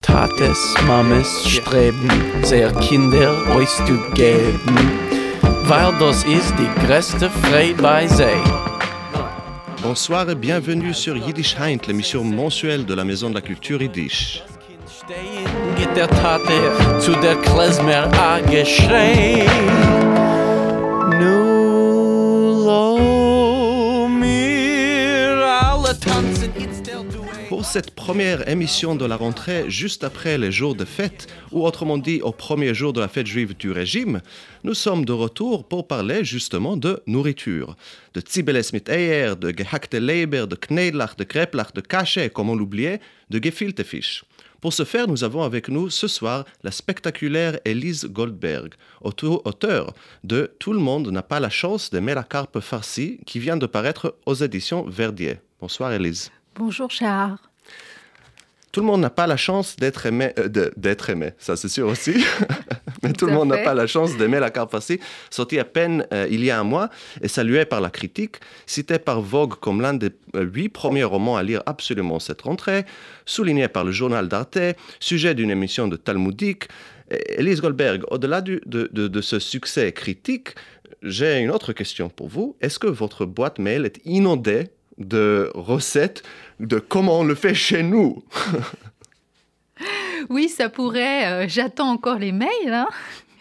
Tates, Mames streben, sehr Kinder euch zu geben, weil das ist die größte Freude bei sei. Bonsoir et bienvenue sur Yiddish Heint, l'émission mensuelle de la Maison de la Culture Yiddish. Geht der Tate zu der Klezmer a geschrei. Nu lo mir alle tanzen it's still to wait. Pour cette première émission de la rentrée, juste après les jours de fête, ou autrement dit au premier jour de la fête juive du régime, nous sommes de retour pour parler justement de nourriture. De Zibeles mit Eier, de gehackte Leber, de Knedlach, de Kreplach, de Kache, comment l'oublier, de gefilte Fisch. Pour ce faire, nous avons avec nous ce soir la spectaculaire Elise Goldberg, auteure de Tout le monde n'a pas la chance d'aimer la carpe farcie, qui vient de paraître aux éditions Verdier. Bonsoir Elise. Bonjour Chahar. Tout le monde n'a pas la chance d'être aimé, ça c'est sûr aussi, mais tout le monde n'a pas la chance d'aimer la carpe farcie, sorti à peine il y a un mois et salué par la critique, cité par Vogue comme l'un des 8 premiers romans à lire absolument cette rentrée, souligné par le journal d'Arte, sujet d'une émission de Talmudique. Elise Goldberg, au-delà de ce succès critique, j'ai une autre question pour vous. Est-ce que votre boîte mail est inondée de recettes de comment on le fait chez nous? Oui, ça pourrait. J'attends encore les mails. Hein.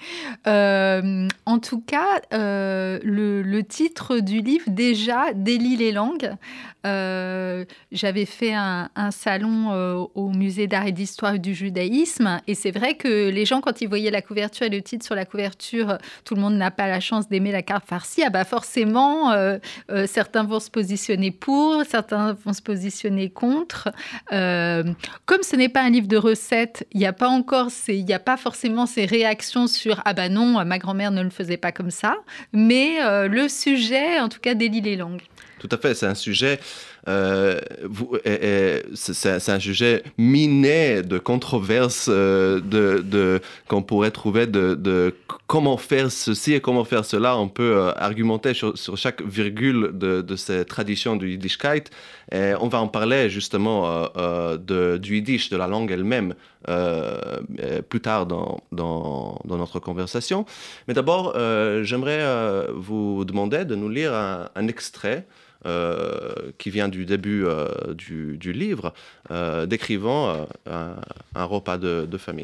En tout cas, le titre du livre déjà délie les langues. J'avais fait un salon au musée d'art et d'histoire du judaïsme et c'est vrai que les gens, quand ils voyaient la couverture et le titre sur la couverture, tout le monde n'a pas la chance d'aimer la carpe farcie, ah bah forcément, certains vont se positionner pour, certains vont se positionner contre. Comme ce n'est pas un livre de recettes, il n'y a pas forcément ces réactions sur « Ah bah non, ma grand-mère ne le faisait pas comme ça », mais le sujet, en tout cas, délie les langues. Tout à fait, c'est un sujet, c'est un sujet miné de controverses qu'on pourrait trouver de comment faire ceci et comment faire cela. On peut argumenter sur chaque virgule de ces traditions du Yiddishkeit. Et on va en parler justement du Yiddish, de la langue elle-même, plus tard dans notre conversation. Mais d'abord, j'aimerais vous demander de nous lire un extrait qui vient du début du livre, décrivant un repas de famille.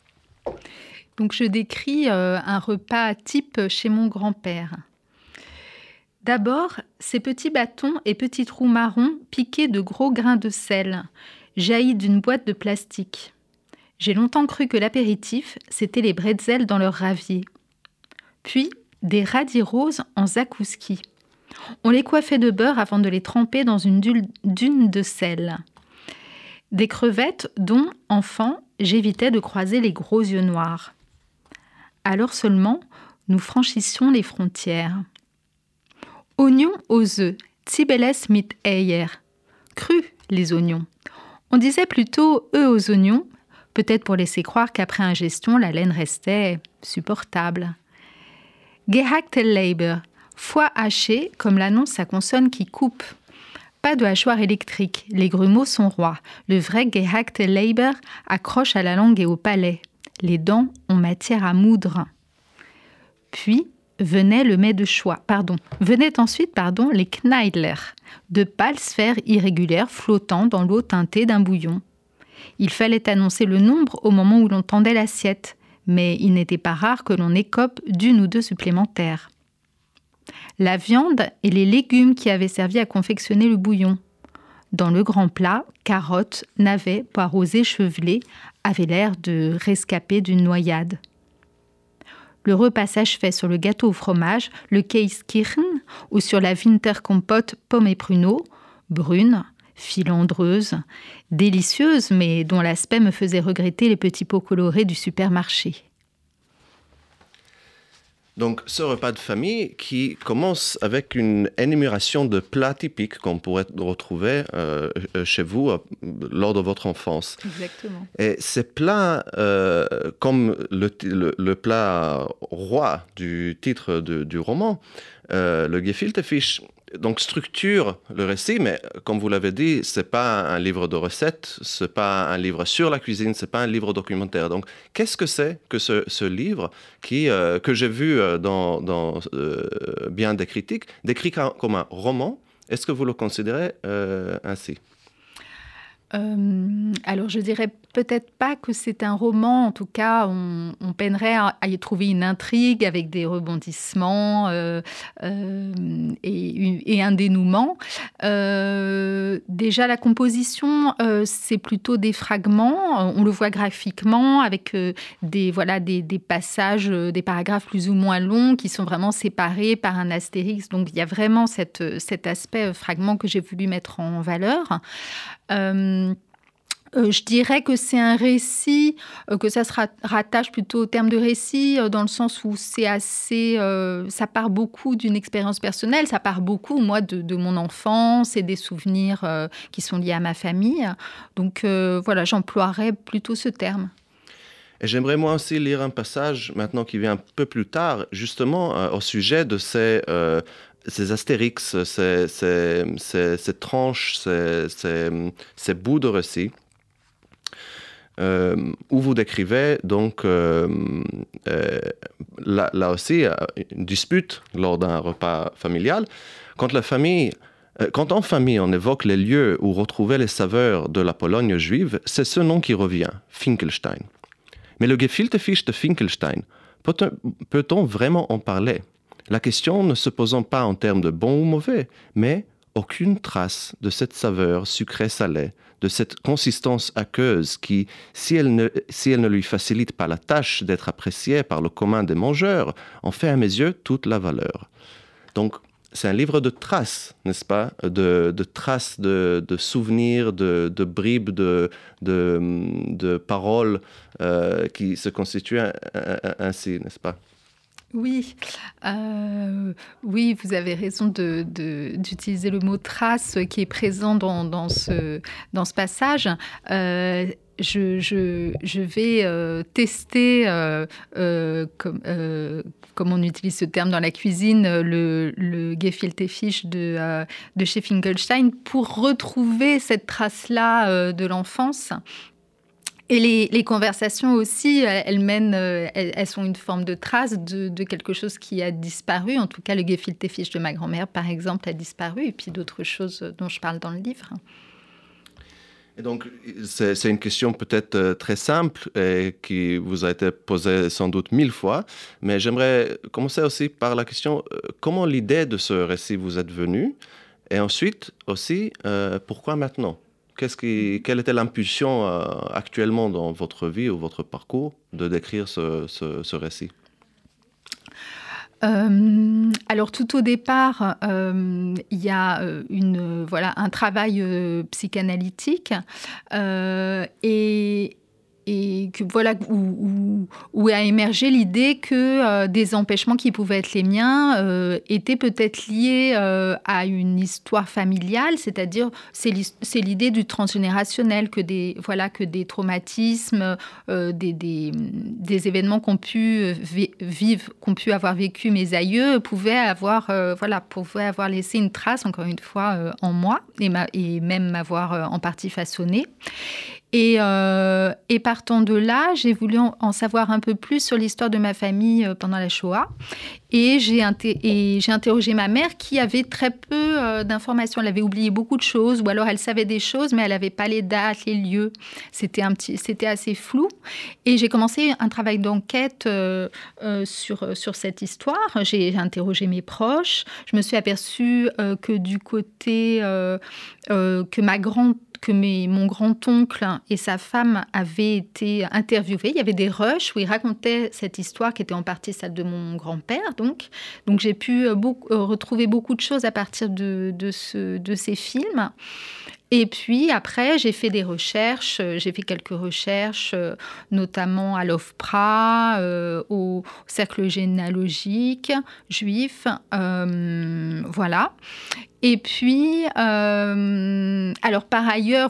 Donc je décris un repas type chez mon grand-père. D'abord, ces petits bâtons et petits trous marrons piqués de gros grains de sel, jaillis d'une boîte de plastique. J'ai longtemps cru que l'apéritif, c'était les bretzels dans leur ravier. Puis, des radis roses en zakouski. On les coiffait de beurre avant de les tremper dans une dune de sel. Des crevettes dont, enfant, j'évitais de croiser les gros yeux noirs. Alors seulement, nous franchissions les frontières. Oignons aux œufs, Zibeles mit Eier. Crus, les oignons. On disait plutôt œufs aux oignons, peut-être pour laisser croire qu'après ingestion, la laine restait supportable. Gehackte Leber. Foie haché, comme l'annonce sa consonne qui coupe. Pas de hachoir électrique, les grumeaux sont rois. Le vrai gehackte Leber accroche à la langue et au palais. Les dents ont matière à moudre. Puis venait le mets de choix. Venaient ensuite les Kneidler, de pâles sphères irrégulières flottant dans l'eau teintée d'un bouillon. Il fallait annoncer le nombre au moment où l'on tendait l'assiette, mais il n'était pas rare que l'on écope d'une ou deux supplémentaires. La viande et les légumes qui avaient servi à confectionner le bouillon. Dans le grand plat, carottes, navets, poireaux échevelés avaient l'air de rescapés d'une noyade. Le repas s'achevait sur le gâteau au fromage, le Käskirchen, ou sur la Winterkompotte pommes et pruneaux, brune, filandreuse, délicieuse, mais dont l'aspect me faisait regretter les petits pots colorés du supermarché. Donc, ce repas de famille qui commence avec une énumération de plats typiques qu'on pourrait retrouver chez vous lors de votre enfance. Exactement. Et ces plats, comme le plat roi du titre du roman, le gefilte Fisch, donc structure le récit, mais comme vous l'avez dit, c'est pas un livre de recettes, c'est pas un livre sur la cuisine, c'est pas un livre documentaire. Donc, qu'est-ce que c'est que ce livre que j'ai vu dans bien des critiques, décrit comme un roman? Est-ce que vous le considérez ainsi? Alors, je dirais peut-être pas que c'est un roman. En tout cas, on peinerait à y trouver une intrigue avec des rebondissements et un dénouement. Déjà, la composition, c'est plutôt des fragments. On le voit graphiquement avec des passages, des paragraphes plus ou moins longs qui sont vraiment séparés par un astérix. Donc, il y a vraiment cet aspect fragment que j'ai voulu mettre en valeur. Je dirais que c'est un récit, que ça se rattache plutôt au terme de récit, dans le sens où c'est assez... ça part beaucoup d'une expérience personnelle, ça part beaucoup, moi, de mon enfance et des souvenirs qui sont liés à ma famille. Donc voilà, j'emploierais plutôt ce terme. Et j'aimerais moi aussi lire un passage, maintenant qui vient un peu plus tard, justement au sujet de ces astérix, ces tranches, ces bouts de récit. Où vous décrivez donc là aussi une dispute lors d'un repas familial. Quand en famille on évoque les lieux où retrouver les saveurs de la Pologne juive, c'est ce nom qui revient, Finkelstein. Mais le gefilte Fisch de Finkelstein, peut-on vraiment en parler? La question ne se posant pas en termes de bon ou mauvais, mais aucune trace de cette saveur sucrée-salée, de cette consistance aqueuse qui, si elle ne lui facilite pas la tâche d'être appréciée par le commun des mangeurs, en fait à mes yeux toute la valeur. Donc, c'est un livre de traces, n'est-ce pas? De traces, de souvenirs, de bribes, de paroles qui se constituent ainsi, n'est-ce pas? Oui, vous avez raison d'utiliser le mot trace qui est présent dans ce passage. Je vais tester, comme on utilise ce terme dans la cuisine, le gefilte Fisch de chez Finkelstein pour retrouver cette trace-là de l'enfance. Et les conversations aussi, elles sont une forme de trace de quelque chose qui a disparu. En tout cas, le gefilte Fisch de ma grand-mère, par exemple, a disparu. Et puis d'autres choses dont je parle dans le livre. Et donc, c'est une question peut-être très simple et qui vous a été posée sans doute 1000 fois. Mais j'aimerais commencer aussi par la question, comment l'idée de ce récit vous est venue? Et ensuite aussi, pourquoi maintenant? Quelle était l'impulsion actuellement dans votre vie ou votre parcours de décrire ce récit? Alors tout au départ, il y a un travail psychanalytique et que où a émergé l'idée que des empêchements qui pouvaient être les miens étaient peut-être liés à une histoire familiale, c'est-à-dire c'est l'idée du transgénérationnel, que des traumatismes, des événements qu'ont pu avoir vécu mes aïeux pouvaient avoir laissé une trace, encore une fois, en moi et même m'avoir en partie façonné. Et partant de là, j'ai voulu en savoir un peu plus sur l'histoire de ma famille pendant la Shoah. Et j'ai interrogé ma mère qui avait très peu d'informations. Elle avait oublié beaucoup de choses, ou alors elle savait des choses, mais elle n'avait pas les dates, les lieux. C'était assez flou. Et j'ai commencé un travail d'enquête sur cette histoire. J'ai interrogé mes proches. Je me suis aperçue que du côté mon grand-oncle et sa femme avaient été interviewés. Il y avait des rushs où ils racontaient cette histoire qui était en partie celle de mon grand-père. Donc j'ai pu retrouver beaucoup de choses à partir de ces films. Et puis après, j'ai fait des recherches. J'ai fait quelques recherches, notamment à l'OFPRA, au cercle généalogique juif. Voilà. Et puis, alors par ailleurs,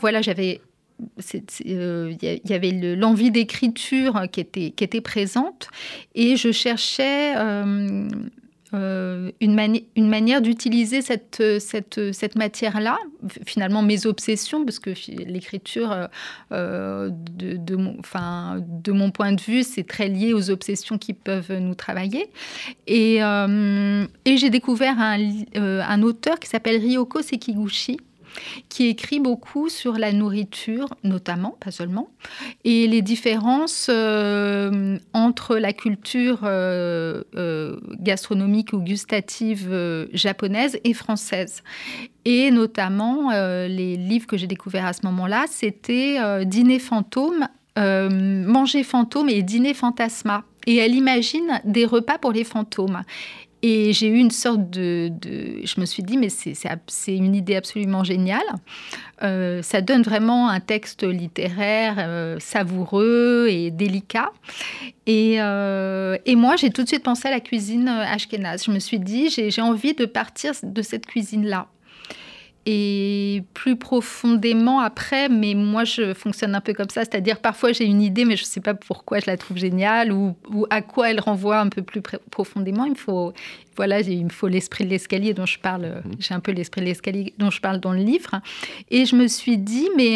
il y avait l'envie d'écriture qui était présente, et je cherchais une manière d'utiliser cette matière-là, finalement mes obsessions, parce que l'écriture, de mon point de vue, c'est très lié aux obsessions qui peuvent nous travailler. Et j'ai découvert un auteur qui s'appelle Ryoko Sekiguchi, qui écrit beaucoup sur la nourriture, notamment, pas seulement, et les différences entre la culture gastronomique ou gustative japonaise et française. Et notamment, les livres que j'ai découverts à ce moment-là, c'était Dîner fantôme, Manger fantôme et Dîner fantasma. Et elle imagine des repas pour les fantômes. Et j'ai eu une sorte je me suis dit, mais c'est une idée absolument géniale. Ça donne vraiment un texte littéraire savoureux et délicat. Et moi, j'ai tout de suite pensé à la cuisine ashkénaze. Je me suis dit, j'ai envie de partir de cette cuisine-là. Et plus profondément après, mais moi je fonctionne un peu comme ça, c'est-à-dire parfois j'ai une idée mais je ne sais pas pourquoi je la trouve géniale ou à quoi elle renvoie un peu plus profondément. Il me faut l'esprit de l'escalier dont je parle, j'ai un peu l'esprit de l'escalier dont je parle dans le livre. Et je me suis dit, mais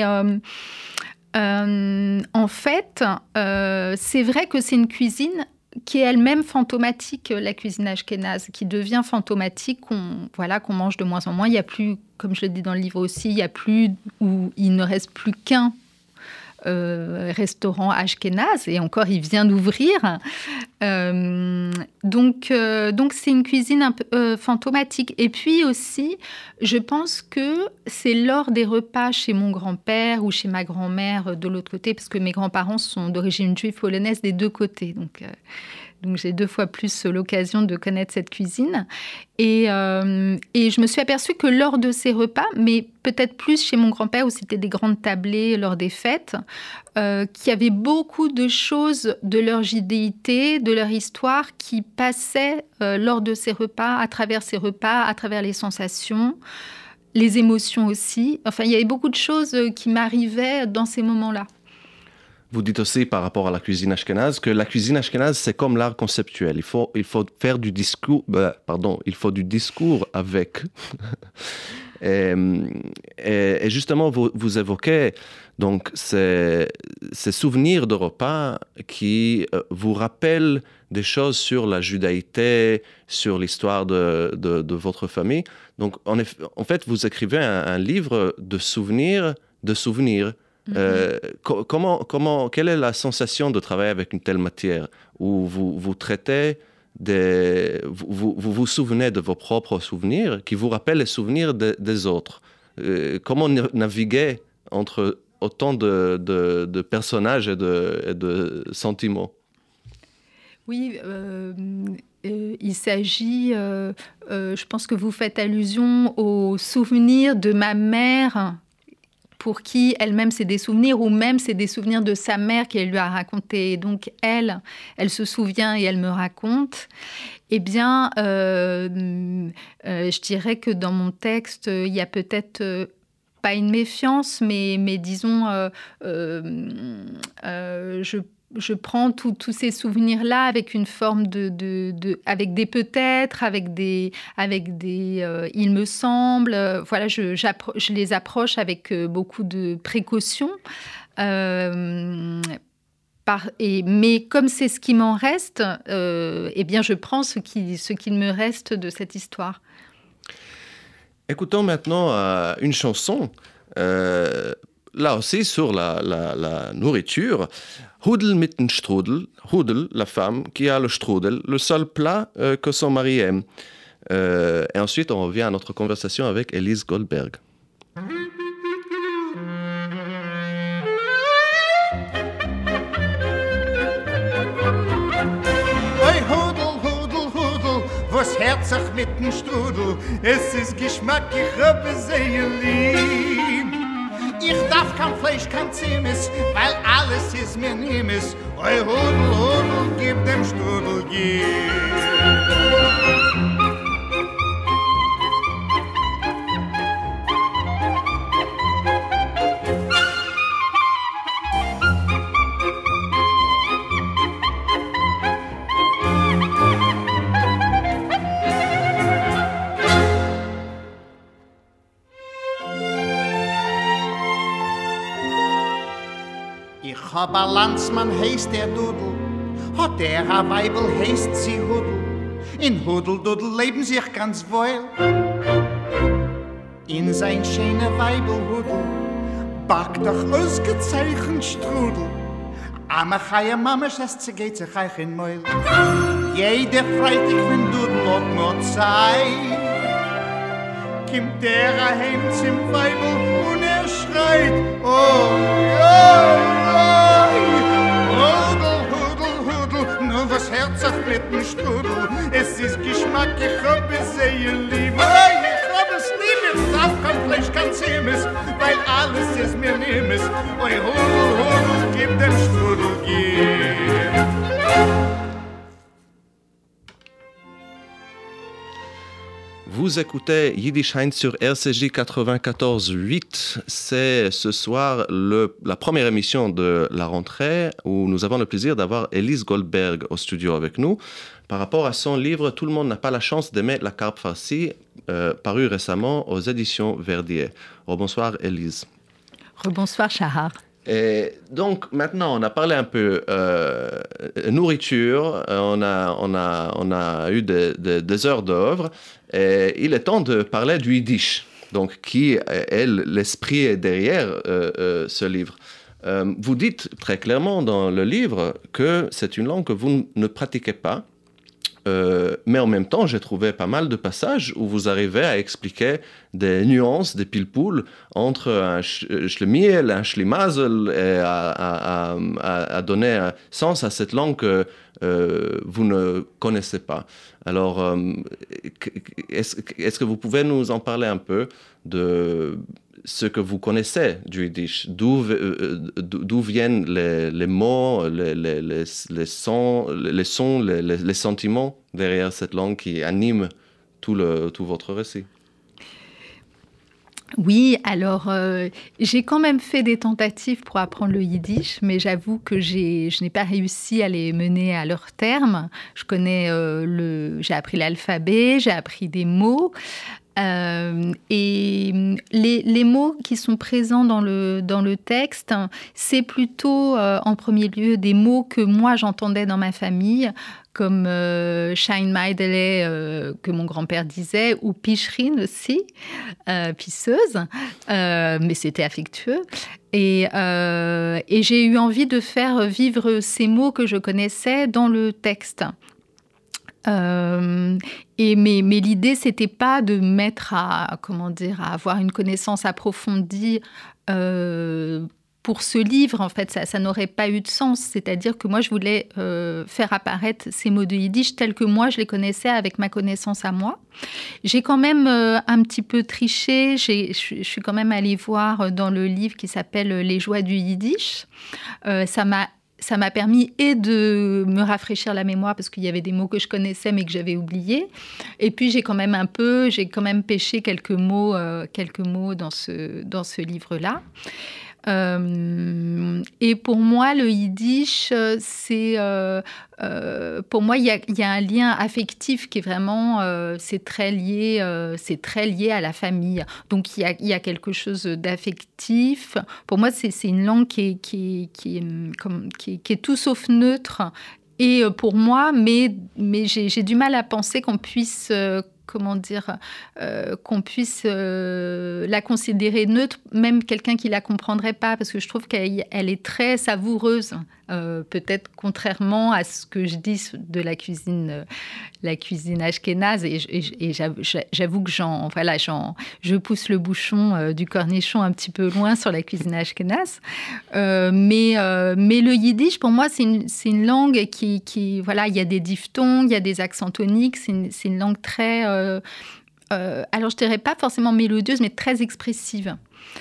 en fait, c'est vrai que c'est une cuisine qui est elle-même fantomatique, la cuisine ashkénaze, qui devient fantomatique, qu'on mange de moins en moins. Il n'y a plus, comme je le dis dans le livre aussi, il ne reste plus qu'un restaurant ashkénaze, et encore, il vient d'ouvrir. Donc, c'est une cuisine un peu fantomatique. Et puis aussi, je pense que c'est lors des repas chez mon grand-père ou chez ma grand-mère de l'autre côté, parce que mes grands-parents sont d'origine juive polonaise des deux côtés. Donc j'ai 2 fois plus l'occasion de connaître cette cuisine. Et je me suis aperçue que lors de ces repas, mais peut-être plus chez mon grand-père où c'était des grandes tablées lors des fêtes, qu'il y avait beaucoup de choses de leur judéité, de leur histoire qui passaient lors de ces repas, à travers les sensations, les émotions aussi. Enfin, il y avait beaucoup de choses qui m'arrivaient dans ces moments-là. Vous dites aussi par rapport à la cuisine ashkénaze que la cuisine ashkénaze, c'est comme l'art conceptuel. Il faut faire du discours, il faut du discours avec. et justement, vous évoquez donc ces souvenirs de repas qui vous rappellent des choses sur la judaïté, sur l'histoire de votre famille. Donc, en fait, vous écrivez un livre de souvenirs. Quelle est la sensation de travailler avec une telle matière où vous traitez vous souvenez de vos propres souvenirs qui vous rappellent les souvenirs des autres? Comment naviguer entre autant de personnages et de sentiments? Oui, il s'agit, je pense que vous faites allusion aux souvenirs de ma mère, pour qui elle-même c'est des souvenirs, ou même c'est des souvenirs de sa mère qu'elle lui a raconté. Donc elle se souvient et elle me raconte. Eh bien, je dirais que dans mon texte, il y a peut-être pas une méfiance, mais disons, je prends tous ces souvenirs-là avec une forme avec des peut-être, avec des il me semble. Voilà, je les approche avec beaucoup de précaution. Mais comme c'est ce qui m'en reste, eh bien, je prends ce qu'il me reste de cette histoire. Écoutons maintenant une chanson. Là aussi sur la nourriture. Hudel mit dem Strudel. Hudel, la femme qui a le strudel, le seul plat que son mari aime. Et ensuite, on revient à notre conversation avec Elise Goldberg. Oi, Hudel, Hudel, Hudel, was herzig mit dem Strudel. Es ist Geschmack, ich habe sehr lieb. Ich darf kein Fleisch, kein Zimmes, weil alles ist mir Niemes. Oi, Hudel, Hudel, gib dem Strudel, gib. hab a Landsmann heißt der Dudel, hat der a Weibel heißt sie Hudel. In Hudel-Dudel leben sich ganz wohl. In sein schöne Weibel-Hudel backt doch ausgezeichnet Strudel. Ama chaya Mama, das geht sich euch in Meul. Jede Freitag, wenn Dudel hat nur Zeit, kommt der heim zum Weibel und schreit, oh, ja, Hudel, Hudel, Hudel, nur was Herz auf Blitten Strudel. Es ist Geschmack, ich hab es sehr lieb. Ich hab es lieb, jetzt darf kein Fleisch, kein Zimmes, weil alles ist mir Nimmes. Oi, Hudel, Hudel, gib dem Strudel, gib. Vous écoutez Yiddish Heinz sur RCJ 94.8. C'est ce soir la première émission de la rentrée où nous avons le plaisir d'avoir Elise Goldberg au studio avec nous. Par rapport à son livre « Tout le monde n'a pas la chance d'aimer la carpe farcie », paru récemment aux éditions Verdier. Rebonsoir Elise. Rebonsoir Shahar. Et donc maintenant, on a parlé un peu nourriture, on a eu des heures d'œuvre, et il est temps de parler du Yiddish, donc qui est l'esprit derrière ce livre. Vous dites très clairement dans le livre que c'est une langue que vous ne pratiquez pas, mais en même temps, j'ai trouvé pas mal de passages où vous arrivez à expliquer des nuances, des pilpouls entre un schlemiel, un schlimazel, et à donner un sens à cette langue que vous ne connaissez pas. Alors, est-ce que vous pouvez nous en parler un peu de ce que vous connaissez du Yiddish, d'où viennent les mots, les sons, les sentiments derrière cette langue qui anime tout votre récit? Oui, alors j'ai quand même fait des tentatives pour apprendre le yiddish, mais j'avoue que je n'ai pas réussi à les mener à leur terme. J'ai appris l'alphabet, j'ai appris des mots. Et les mots qui sont présents dans le texte, c'est plutôt en premier lieu des mots que moi j'entendais dans ma famille, comme Schein Meidele, que mon grand-père disait, ou Picherin aussi, pisseuse, mais c'était affectueux. Et j'ai eu envie de faire vivre ces mots que je connaissais dans le texte. Mais l'idée, c'était pas de mettre à avoir une connaissance approfondie pour ce livre. En fait, ça n'aurait pas eu de sens. C'est-à-dire que moi, je voulais faire apparaître ces mots de yiddish tels que moi, je les connaissais avec ma connaissance à moi. J'ai quand même un petit peu triché. Je suis quand même allée voir dans le livre qui s'appelle « Les joies du yiddish ». Ça m'a permis de me rafraîchir la mémoire parce qu'il y avait des mots que je connaissais mais que j'avais oubliés. Et puis j'ai quand même pêché quelques mots dans ce livre-là. Et pour moi, le yiddish, pour moi, il y a un lien affectif qui est vraiment, c'est très lié à la famille. Donc il y a quelque chose d'affectif. Pour moi, c'est une langue qui est tout sauf neutre. Et pour moi, mais j'ai du mal à penser qu'on puisse la considérer neutre, même quelqu'un qui la comprendrait pas, parce que je trouve qu'elle est très savoureuse, peut-être contrairement à ce que je dis de la cuisine ashkénaze, et j'avoue que je pousse le bouchon du cornichon un petit peu loin sur la cuisine ashkénaze, mais le yiddish, pour moi, c'est une langue qui voilà, il y a des diphtongues, il y a des accents toniques, c'est une langue très alors je dirais pas forcément mélodieuse, mais très expressive.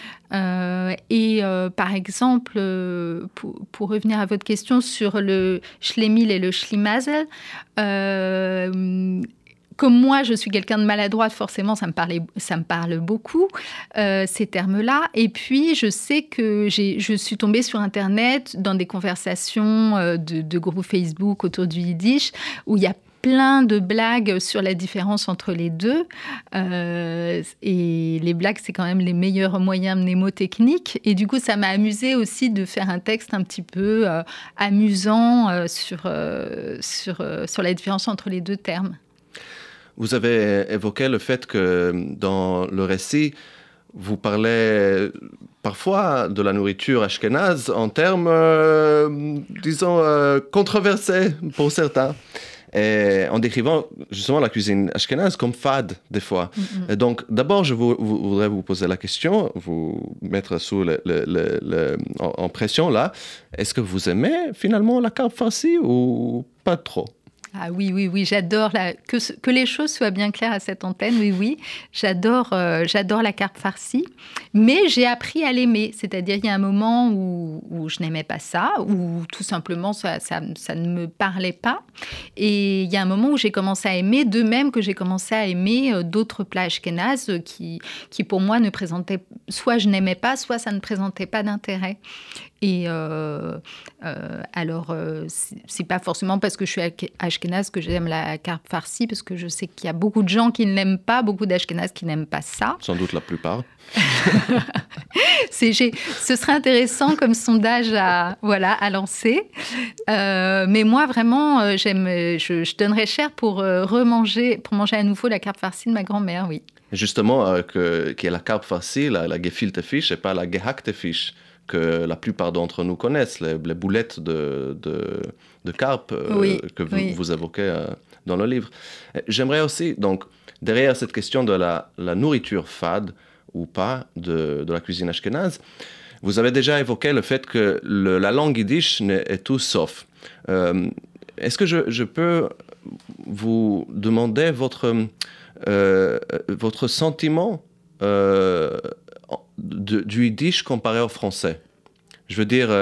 Par exemple, pour revenir à votre question sur le schlemil et le schlimazel, comme moi, je suis quelqu'un de maladroite, forcément, ça me parle beaucoup, ces termes-là. Et puis, je sais que je suis tombée sur Internet dans des conversations de groupes Facebook autour du yiddish, où il y a plein de blagues sur la différence entre les deux. Et les blagues, c'est quand même les meilleurs moyens mnémotechniques. Et du coup, ça m'a amusée aussi de faire un texte un petit peu amusant sur la différence entre les deux termes. Vous avez évoqué le fait que dans le récit, vous parlez parfois de la nourriture ashkénaze en termes, disons, controversés pour certains. Et en décrivant justement la cuisine ashkénaze comme fade, des fois. Et donc, d'abord, je voudrais vous poser la question, vous mettre sous en pression là. Est-ce que vous aimez finalement la carpe farcie ou pas trop? Ah oui, j'adore que les choses soient bien claires à cette antenne, oui, j'adore la carpe farcie, mais j'ai appris à l'aimer, c'est-à-dire il y a un moment où je n'aimais pas ça, où tout simplement ça ne me parlait pas, et il y a un moment où j'ai commencé à aimer, de même que j'ai commencé à aimer d'autres plats ashkénazes qui pour moi ne présentaient, soit je n'aimais pas, soit ça ne présentait pas d'intérêt. Et alors, c'est pas forcément parce que je suis ashkénaze que j'aime la carpe farcie, parce que je sais qu'il y a beaucoup de gens qui ne l'aiment pas, beaucoup d'ashkénazes qui n'aiment pas ça. Sans doute la plupart. Ce serait intéressant comme sondage à lancer. Mais moi, vraiment, je donnerais cher pour manger à nouveau la carpe farcie de ma grand-mère, oui. Justement, qui est la carpe farcie, la gefilte Fisch, et pas la gehackte Fisch, que la plupart d'entre nous connaissent, les boulettes de carpe que vous évoquez dans le livre. J'aimerais aussi, donc, derrière cette question de la nourriture fade ou pas de la cuisine ashkénaze, vous avez déjà évoqué le fait que la langue yiddish est tout sauf. Est-ce que je peux vous demander votre sentiment du yiddish comparé au français? Je veux dire,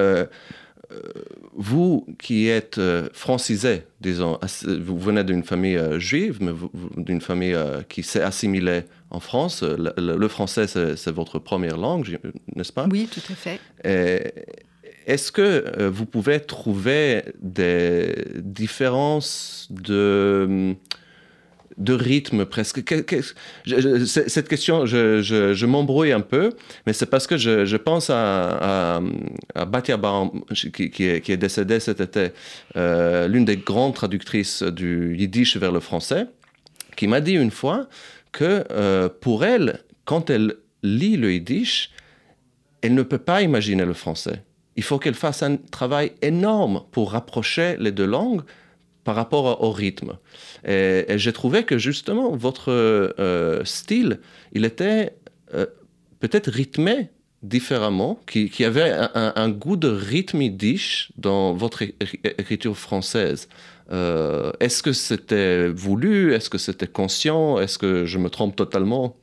vous qui êtes francisé, disons, vous venez d'une famille juive, mais d'une famille qui s'est assimilée en France. Le français, c'est votre première langue, n'est-ce pas? Oui, tout à fait. Est-ce que vous pouvez trouver des différences de rythme presque? Cette question, je m'embrouille un peu, mais c'est parce que je pense à Batya Bar, qui est décédée cet été, l'une des grandes traductrices du yiddish vers le français, qui m'a dit une fois que pour elle, quand elle lit le yiddish, elle ne peut pas imaginer le français. Il faut qu'elle fasse un travail énorme pour rapprocher les deux langues par rapport au rythme. Et j'ai trouvé que justement, votre style, il était peut-être rythmé différemment, qui avait un goût de rythme yiddish dans votre écriture française. Est-ce que c'était voulu? Est-ce que c'était conscient? Est-ce que je me trompe totalement?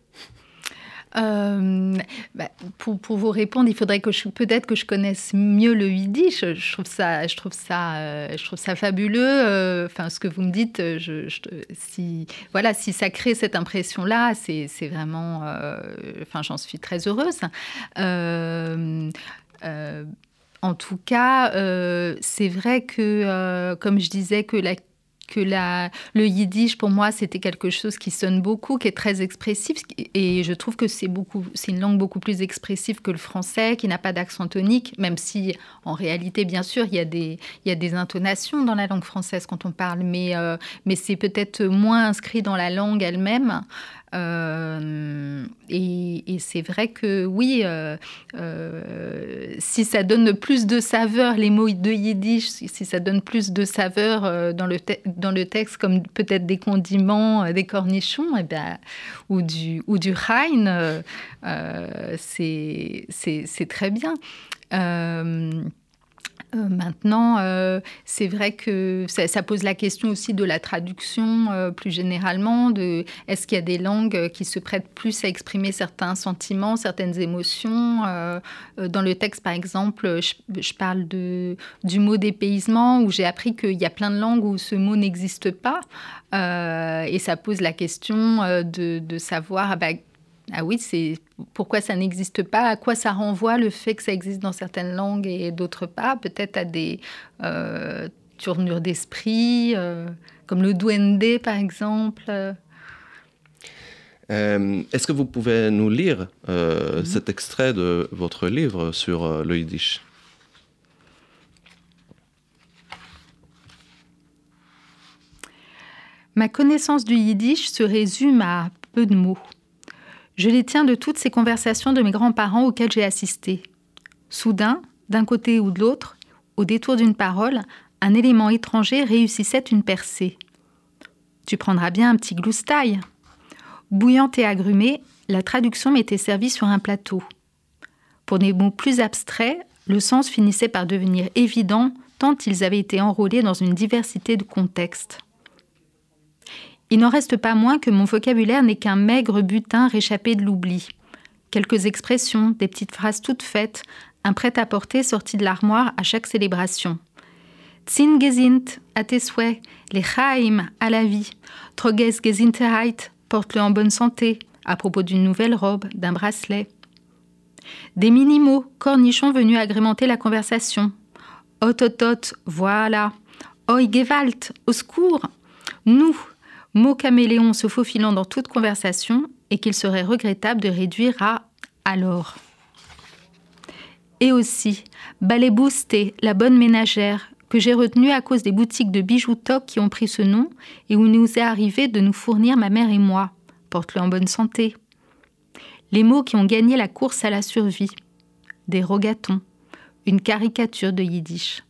Pour vous répondre, il faudrait peut-être que je connaisse mieux le yiddish. Je trouve ça fabuleux. Enfin, ce que vous me dites, si ça crée cette impression-là, c'est vraiment. J'en suis très heureuse. En tout cas, c'est vrai que, comme je disais, que le yiddish, pour moi, c'était quelque chose qui sonne beaucoup, qui est très expressif. Et je trouve que c'est une langue beaucoup plus expressive que le français, qui n'a pas d'accent tonique, même si, en réalité, bien sûr, il y a des intonations dans la langue française quand on parle, mais c'est peut-être moins inscrit dans la langue elle-même. Et c'est vrai que oui, si ça donne plus de saveur, les mots de yiddish, si ça donne plus de saveur dans le texte, comme peut-être des condiments, des cornichons, ou du Rhein, c'est très bien. Maintenant, c'est vrai que ça pose la question aussi de la traduction plus généralement, est-ce qu'il y a des langues qui se prêtent plus à exprimer certains sentiments, certaines émotions. Dans le texte, par exemple, je parle du mot dépaysement, où j'ai appris qu'il y a plein de langues où ce mot n'existe pas. Et ça pose la question de savoir... Ah oui, c'est pourquoi ça n'existe pas, à quoi ça renvoie le fait que ça existe dans certaines langues et d'autres pas, peut-être à tournure d'esprit, comme le duende par exemple. Est-ce que vous pouvez nous lire cet extrait de votre livre sur le yiddish? Ma connaissance du yiddish se résume à peu de mots. Je les tiens de toutes ces conversations de mes grands-parents auxquelles j'ai assisté. Soudain, d'un côté ou de l'autre, au détour d'une parole, un élément étranger réussissait une percée. Tu prendras bien un petit gloustail. Bouillante et agrumée, la traduction m'était servie sur un plateau. Pour des mots plus abstraits, le sens finissait par devenir évident tant ils avaient été enrôlés dans une diversité de contextes. Il n'en reste pas moins que mon vocabulaire n'est qu'un maigre butin réchappé de l'oubli. Quelques expressions, des petites phrases toutes faites, un prêt-à-porter sorti de l'armoire à chaque célébration. Zin gesinnt, à tes souhaits, les chaim, à la vie, troges Gesindheit, porte-le en bonne santé, à propos d'une nouvelle robe, d'un bracelet. Des mini-mots, cornichons venus agrémenter la conversation. Ototot, voilà. Oi Gewalt, au secours. Nous, mots caméléons se faufilant dans toute conversation et qu'il serait regrettable de réduire à « alors ». Et aussi, Balebousté, la bonne ménagère, que j'ai retenue à cause des boutiques de bijoux toc qui ont pris ce nom et où nous est arrivé de nous fournir ma mère et moi. Porte-le en bonne santé. Les mots qui ont gagné la course à la survie. Des rogatons, une caricature de yiddish.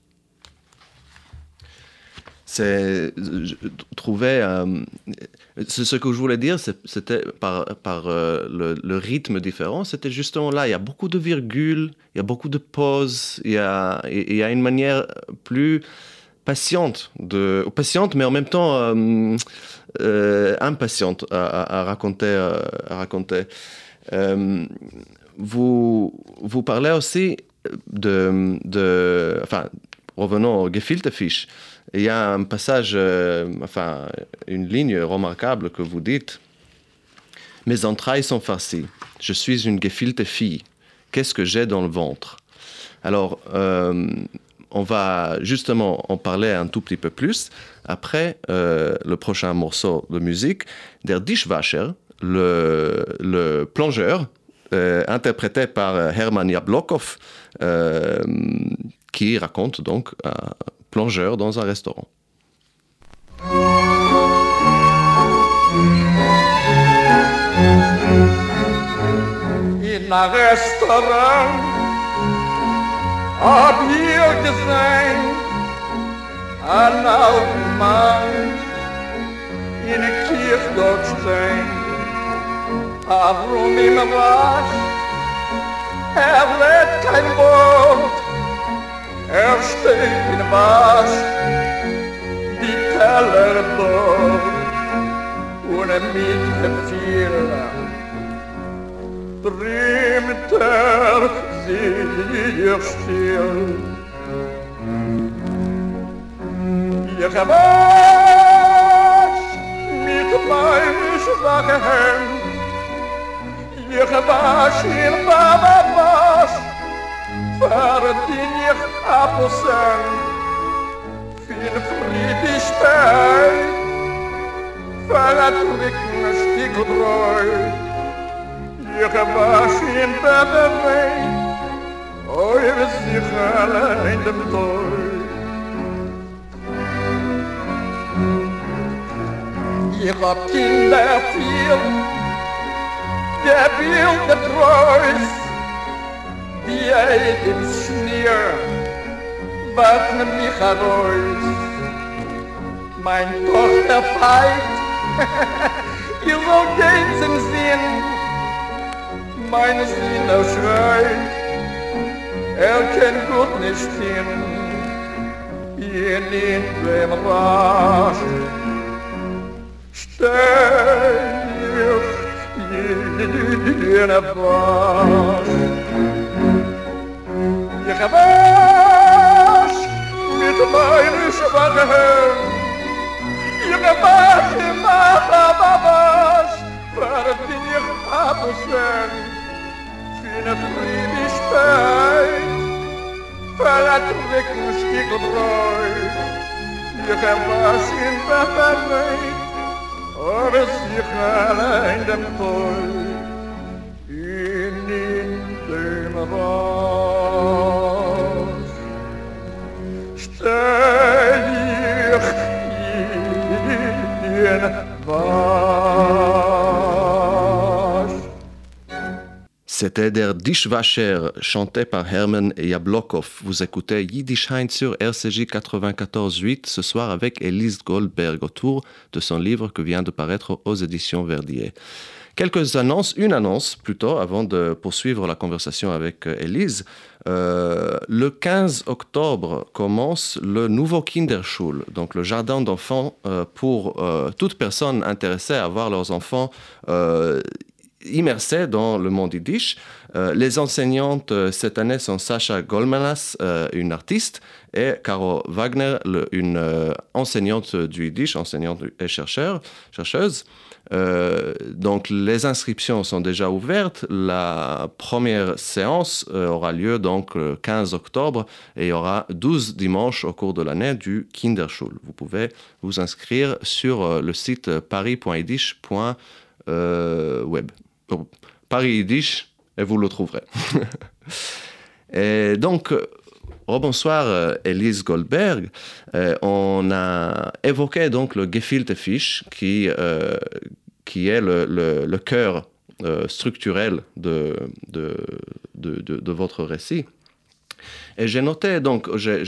Je trouvais ce que je voulais dire, c'était par le rythme différent, c'était justement là, il y a beaucoup de virgules, il y a beaucoup de pauses, il y a une manière plus patiente mais en même temps impatiente à raconter. Vous parlez aussi revenons au Gefilte Fisch. Il y a un passage, une ligne remarquable que vous dites. Mes entrailles sont farcies. Je suis une gefilte fille. Qu'est-ce que j'ai dans le ventre? Alors, on va justement en parler un tout petit peu plus après le prochain morceau de musique, Der Dishwasher, le plongeur, interprété par Hermann Jablokov, qui raconte donc un plongeur dans un restaurant. In a Restaurant hab ich gesehen an alten Mann in a Kirche dort stehen. Warum im Wasch? Redt kein Wort. Steht in Wasch, die Teller dort, ohne mit dem Vierer. Trimmt sich still. Ich wasch mit meinen schwachen Händen, ich wasch in Baba wasch, verdien ich Aposen, viel Friedlichkeit, vertrinken ein Stück Bräu. Ich wasch in Baba Wein, eure Sicherle in dem Tor. Ich hab Kinder viel, gebildet Reus, die ins Schnier warten mich heraus. Mein Tochter feit, ihr soll gehen zum Sinn. Mein Sinner schreit, kann gut nicht hin. Ihr nicht beim Rasch, steigt in der Wasch. Ich wasch mit meinen schwachen Händen. Ich wasch im Wasch, verdien ich Aposen. Für eine Friedlichkeit, vertrinken ein Stück Bräu. ich was in der Welt, aber sich allein dem Teut in dem Rausch. Stell ich in was. C'était Der Dishwasher, chanté par Herman Jablokov. Vous écoutez Yiddishheit sur RCJ 94.8 ce soir avec Élise Goldberg autour de son livre qui vient de paraître aux éditions Verdier. Une annonce plutôt, avant de poursuivre la conversation avec Élise. Le 15 octobre commence le nouveau Kinderschule, donc le jardin d'enfants pour toute personne intéressée à voir leurs enfants immersés dans le monde yiddish. Les enseignantes cette année sont Sacha Golmanas, une artiste, et Caro Wagner, une enseignante du yiddish, enseignante et chercheuse. Donc les inscriptions sont déjà ouvertes. La première séance aura lieu donc le 15 octobre et il y aura 12 dimanches au cours de l'année du Kinderschule. Vous pouvez vous inscrire sur le site paris.yiddish.web. Paris Yiddish et vous le trouverez. Et donc, bonsoir Élise Goldberg. On a évoqué donc le Gefilte Fisch qui est le cœur structurel de votre récit. Et j'ai noté, donc,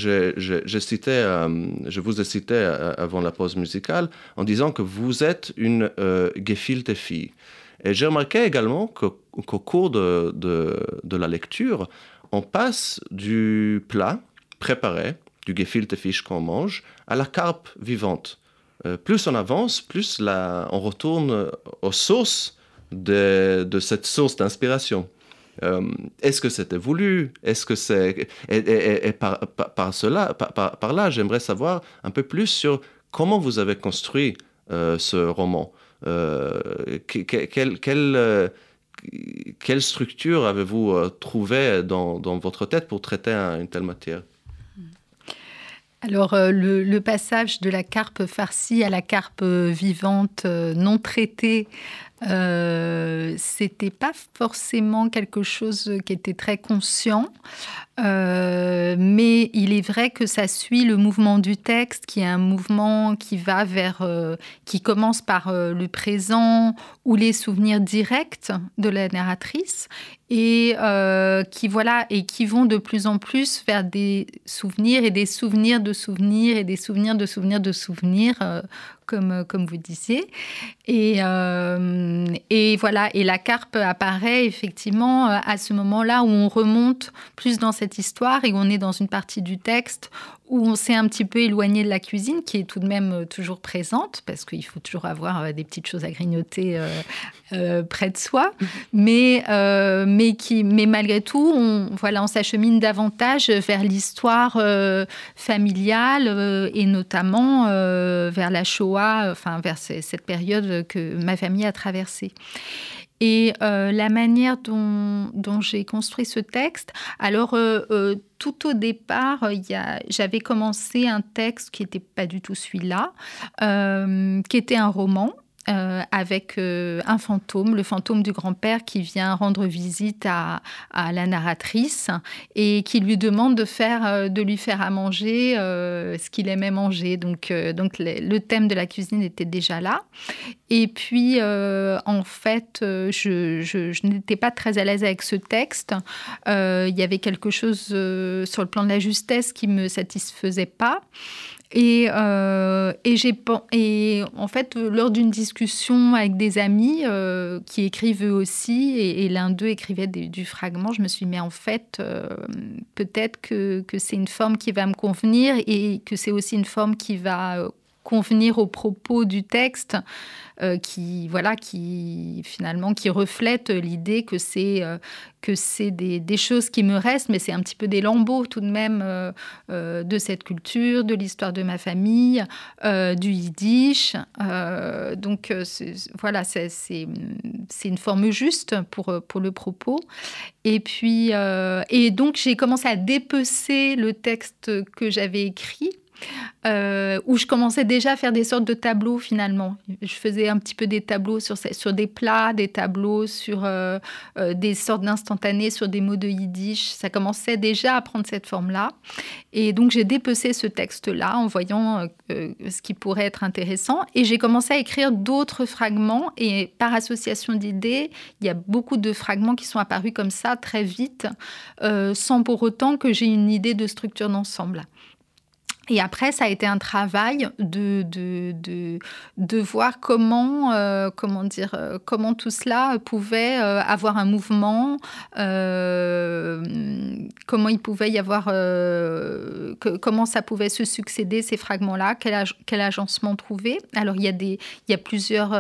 je vous ai cité avant la pause musicale en disant que vous êtes une Gefilte fille. Et j'ai remarqué également qu'au cours de la lecture, on passe du plat préparé, du Gefilte Fisch qu'on mange, à la carpe vivante. Plus on avance, plus on retourne aux sources de cette source d'inspiration. Est-ce que c'était voulu? Est-ce que c'est... Et par là, j'aimerais savoir un peu plus sur comment vous avez construit ce roman. Quelle structure avez-vous trouvé dans votre tête pour traiter une telle matière? Alors, le passage de la carpe farcie à la carpe vivante non traitée, c'était pas forcément quelque chose qui était très conscient, mais il est vrai que ça suit le mouvement du texte, qui est un mouvement qui va qui commence par le présent ou les souvenirs directs de la narratrice et qui vont de plus en plus vers des souvenirs et des souvenirs de souvenirs et des souvenirs de souvenirs de souvenirs, comme vous disiez. Et voilà, et la carpe apparaît effectivement à ce moment-là où on remonte plus dans cette histoire et où on est dans une partie du texte où on s'est un petit peu éloigné de la cuisine, qui est tout de même toujours présente, parce qu'il faut toujours avoir des petites choses à grignoter près de soi, mais malgré tout, on s'achemine davantage vers l'histoire familiale et notamment vers la Shoah, vers cette période que ma famille a traversée. Et la manière dont j'ai construit ce texte, alors tout au départ, j'avais commencé un texte qui n'était pas du tout celui-là, qui était un roman. Avec un fantôme, le fantôme du grand-père qui vient rendre visite à la narratrice et qui lui demande de lui faire à manger ce qu'il aimait manger. Donc le thème de la cuisine était déjà là. Et puis, en fait, je n'étais pas très à l'aise avec ce texte. Il y avait quelque chose sur le plan de la justesse qui ne me satisfaisait pas. Et en fait, lors d'une discussion avec des amis qui écrivent eux aussi, et l'un d'eux écrivait du fragment, je me suis dit, mais en fait, peut-être que c'est une forme qui va me convenir et que c'est aussi une forme qui va convenir aux propos du texte, qui reflète l'idée que c'est des choses qui me restent, mais c'est un petit peu des lambeaux tout de même de cette culture, de l'histoire de ma famille, du yiddish. Donc c'est une forme juste pour le propos. Et puis et donc j'ai commencé à dépecer le texte que j'avais écrit. où je commençais déjà à faire des sortes de tableaux finalement. Je faisais un petit peu des tableaux sur des plats, des tableaux sur des sortes d'instantanés, sur des mots de yiddish. Ça commençait déjà à prendre cette forme-là. Et donc j'ai dépecé ce texte-là en voyant ce qui pourrait être intéressant. Et j'ai commencé à écrire d'autres fragments. Et par association d'idées, il y a beaucoup de fragments qui sont apparus comme ça très vite, sans pour autant que j'ai une idée de structure d'ensemble. Et après, ça a été un travail de voir comment tout cela pouvait avoir un mouvement, comment il pouvait y avoir, comment ça pouvait se succéder ces fragments-là, quel agencement trouver. Alors il y a plusieurs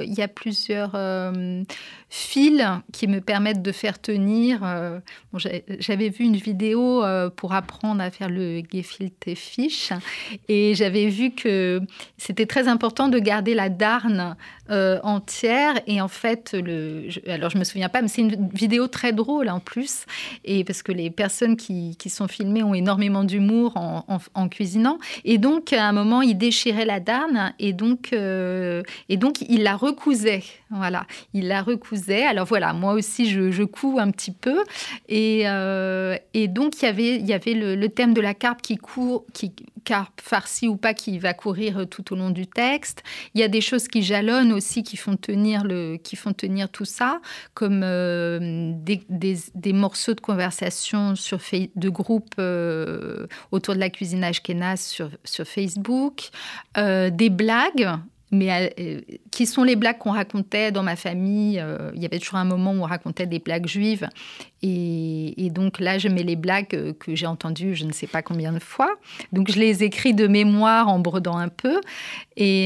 fils qui me permettent de faire tenir. J'avais vu une vidéo pour apprendre à faire le gefilte Fisch. Et j'avais vu que c'était très important de garder la darne entière. Et en fait, alors je ne me souviens pas, mais c'est une vidéo très drôle en plus. Et parce que les personnes qui sont filmées ont énormément d'humour en cuisinant. Et donc, à un moment, il déchirait la darne et donc il la recousait. Voilà, il la recousait. Alors voilà, moi aussi, je couds un petit peu. Et donc, il y avait le thème de la carpe carpe farcie ou pas, qui va courir tout au long du texte. Il y a des choses qui jalonnent aussi, qui font tenir tout ça, comme des morceaux de conversation de groupe autour de la cuisine ashkénaze sur Facebook, des blagues, mais qui sont les blagues qu'on racontait dans ma famille. Il y avait toujours un moment où on racontait des blagues juives. Et donc là, je mets les blagues que j'ai entendues je ne sais pas combien de fois. Donc je les écris de mémoire en brodant un peu. Et